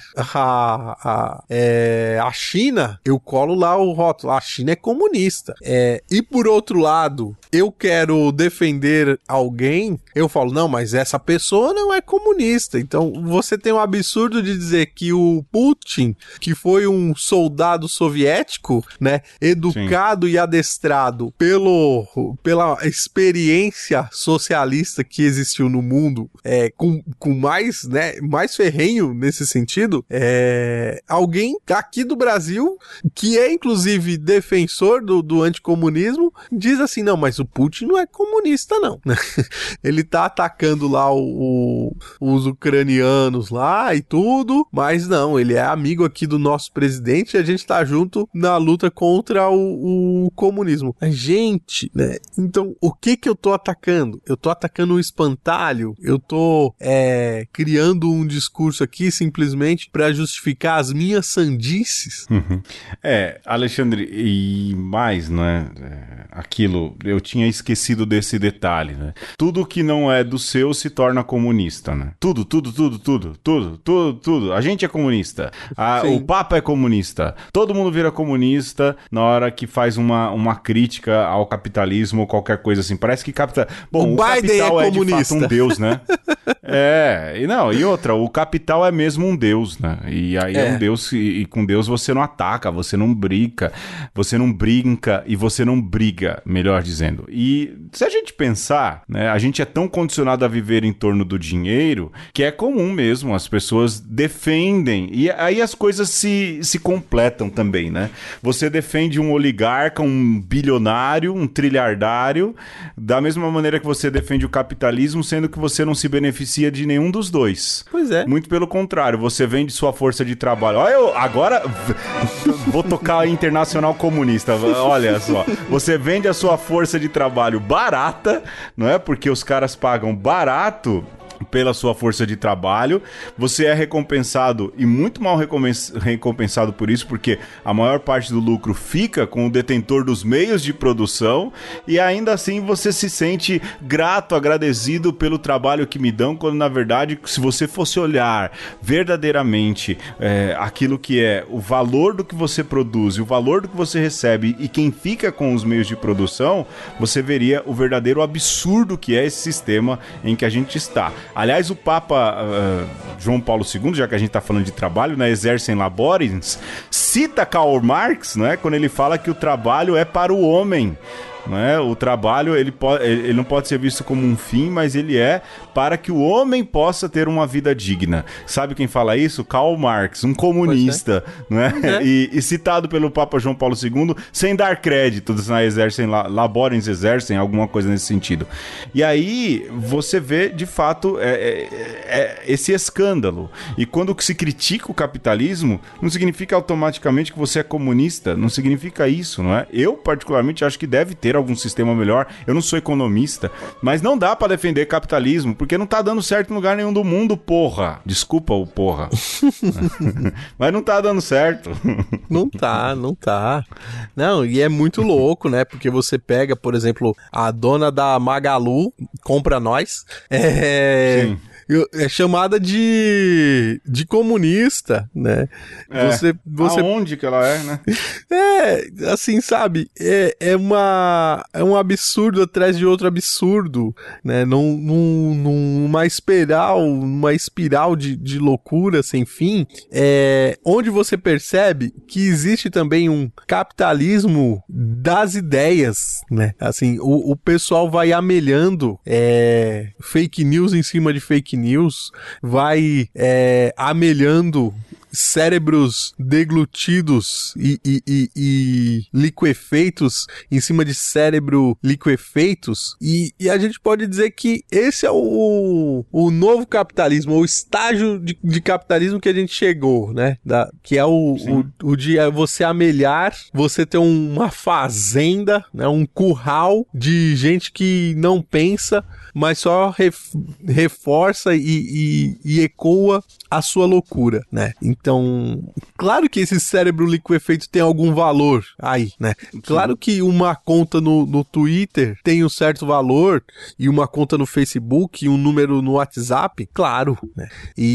a China, eu colo lá o rótulo, a China é comunista. E por outro lado, eu quero defender alguém, eu falo, não, mas essa pessoa não é comunista. Então, você tem um absurdo de dizer que o Putin, que foi um soldado soviético, né, educado e adestrado pela experiência socialista que existiu no mundo, com mais, né, mais ferrenho nesse sentido, alguém aqui do Brasil, que é inclusive defensor do anticomunismo, diz assim, não, mas o Putin não é comunista, não. Ele tá atacando lá os ucranianos lá e tudo, mas não, ele é amigo aqui do nosso presidente e a gente tá junto na luta contra o comunismo. Gente, né? Então, o que eu tô atacando? Eu tô atacando um espantalho? Eu tô criando um discurso aqui simplesmente para justificar as minhas sandices? Alexandre, e mais, né? Aquilo, eu tinha esquecido desse detalhe, né? Tudo que não é do seu se torna comunista, né? Tudo. A gente é comunista. O Papa é comunista. Todo mundo vira comunista na hora que faz uma crítica ao capitalismo ou qualquer coisa assim. Parece que o capital é de fato um deus, né? E outra, o capital é mesmo um deus, né? E aí é um deus, e com Deus você não ataca, você não brinca e você não briga, melhor dizendo. E se a gente pensar, né, a gente é tão condicionado a viver em torno do dinheiro que é comum mesmo, as pessoas defendem, e aí as coisas se completam também, né? Você defende um oligarca, um bilionário, um trilhardário, da mesma maneira que você defende o capitalismo, sendo que você não se beneficia de nenhum dos dois. Pois é. Muito pelo contrário, você vende sua força de trabalho. Olha, eu agora vou tocar internacional comunista, olha só. Você vende a sua força de trabalho barata, não é? Porque os caras pagam barato pela sua força de trabalho, você é recompensado e muito mal recompensado por isso, porque a maior parte do lucro fica com o detentor dos meios de produção, e ainda assim você se sente grato, agradecido pelo trabalho que me dão, quando na verdade, se você fosse olhar verdadeiramente aquilo que é o valor do que você produz e o valor do que você recebe e quem fica com os meios de produção, você veria o verdadeiro absurdo que é esse sistema em que a gente está. Aliás, o Papa João Paulo II, já que a gente está falando de trabalho, né, Exercem Laborens, cita Karl Marx, né, quando ele fala que o trabalho é para o homem. Não é? O trabalho ele não pode ser visto como um fim, mas ele é para que o homem possa ter uma vida digna. Sabe quem fala isso? Karl Marx, um comunista, não é? E citado pelo Papa João Paulo II, sem dar créditos, né? Laborens exercem, alguma coisa nesse sentido. E aí você vê, de fato, esse escândalo. E quando se critica o capitalismo, não significa automaticamente que você é comunista, não significa isso, não é? Eu, particularmente, acho que deve ter algum sistema melhor. Eu não sou economista, mas não dá pra defender capitalismo, porque não tá dando certo em lugar nenhum do mundo, porra. Desculpa o porra. Mas não tá dando certo. Não tá. Não, e é muito louco, né? Porque você pega, por exemplo, a dona da Magalu, compra nós. Sim. É chamada de comunista, né? Você... Aonde que ela é, né? Assim, sabe? É um absurdo atrás de outro absurdo, né? Numa espiral de loucura sem fim, onde você percebe que existe também um capitalismo das ideias, né? Assim, o pessoal vai amelhando fake news em cima de fake news, vai amelhando cérebros deglutidos e liquefeitos em cima de cérebro liquefeitos, e a gente pode dizer que esse é o novo capitalismo, o estágio de capitalismo que a gente chegou, né? Que é o de você amelhar, você ter uma fazenda, né? Um curral de gente que não pensa, mas só reforça e ecoa a sua loucura, né? Então, claro que esse cérebro liquefeito tem algum valor aí, né? Claro que uma conta no Twitter tem um certo valor, e uma conta no Facebook, um número no WhatsApp, claro, né?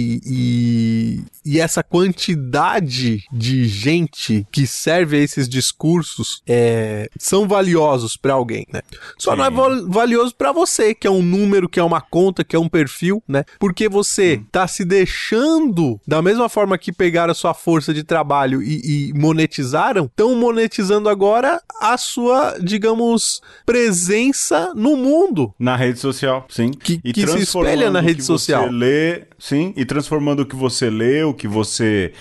E essa quantidade de gente que serve a esses discursos são valiosos para alguém, né? Só não é valioso para você, que é um número, que é uma conta, que é um perfil, né? Porque você tá se deixando, da mesma forma que pegaram a sua força de trabalho e monetizaram, estão monetizando agora a sua, digamos, presença no mundo. Na rede social, sim. Que se espelha na rede social. Você lê, sim, e transformando o que você lê, o que você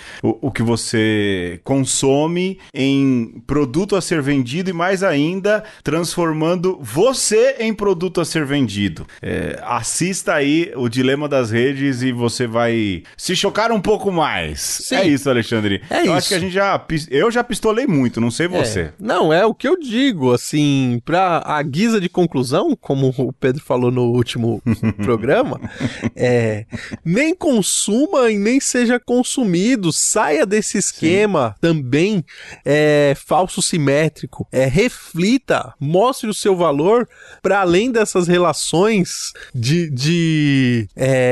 consome em produto a ser vendido, e mais ainda, transformando você em produto a ser vendido. Assista aí o Dilema das Redes e você vai se chocar um pouco mais. Sim. É isso, Alexandre. Eu acho que a gente eu já pistolei muito, não sei você. Não, é o que eu digo, assim, pra a guisa de conclusão, como o Pedro falou no último programa, nem consuma e nem seja consumido. Saia desse esquema também falso simétrico. Reflita, mostre o seu valor para além dessas relações de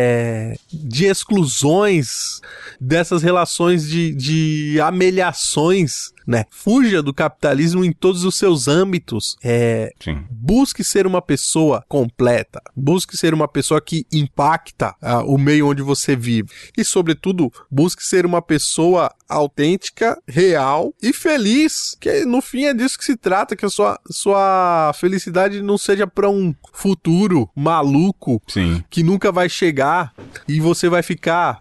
exclusões, dessas relações de ameliações, né? Fuja do capitalismo em todos os seus âmbitos. Busque ser uma pessoa completa. Busque ser uma pessoa que impacta o meio onde você vive. E, sobretudo, busque ser uma pessoa autêntica, real e feliz. Que no fim é disso que se trata, que a sua felicidade não seja para um futuro maluco que nunca vai chegar e você vai ficar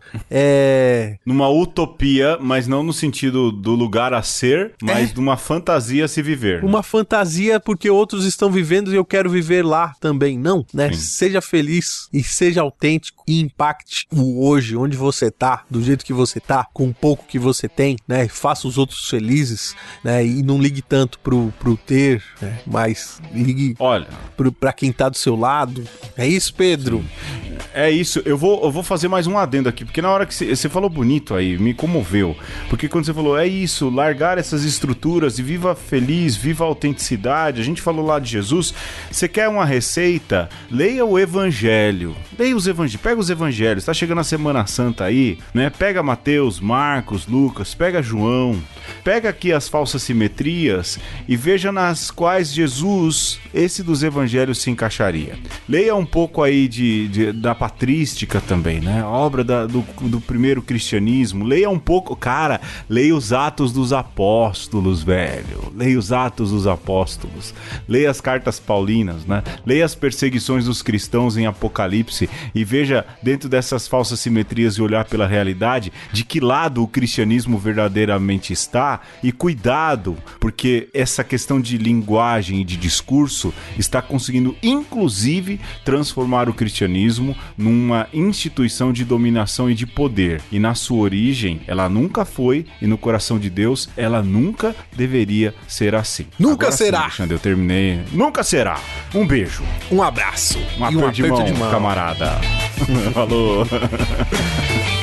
numa utopia, mas não no sentido do lugar a ser, mas de uma fantasia a se viver. Uma fantasia porque outros estão vivendo e eu quero viver lá também. Não, né? Seja feliz e seja autêntico e impacte o hoje, onde você tá, do jeito que você tá, com o pouco que você tem, né? Faça os outros felizes, né? E não ligue tanto pro ter, né? Mas ligue pra quem tá do seu lado. É isso, Pedro? É isso. Eu vou fazer mais um adendo aqui, porque na hora que você falou bonito aí, me comoveu. Porque quando você falou, é isso, largar essas estruturas e viva feliz, viva a autenticidade. A gente falou lá de Jesus. Você quer uma receita? Leia o Evangelho. Leia os Evangelhos. Pega os Evangelhos. Tá chegando a Semana Santa aí, né? Pega Mateus, Marcos, Lucas, pega João. Pega aqui as falsas simetrias e veja nas quais Jesus, esse dos Evangelhos, se encaixaria. Leia um pouco aí da patrística também, né? A obra do primeiro cristianismo. Leia um pouco, cara, leia os Atos dos Apóstolos, velho. Leia os Atos dos Apóstolos. Leia as cartas paulinas, né? Leia as perseguições dos cristãos em Apocalipse e veja, dentro dessas falsas simetrias e olhar pela realidade, de que lado o cristianismo verdadeiramente está. E cuidado, porque essa questão de linguagem e de discurso está conseguindo, inclusive, transformar o cristianismo numa instituição de dominação e de poder. E na sua origem, ela nunca foi, e no coração de Deus, ela nunca deveria ser assim. Nunca Agora será! Sim, Alexandre, eu terminei. Nunca será! Um beijo. Um abraço. Um aperto de mão, camarada. Falou.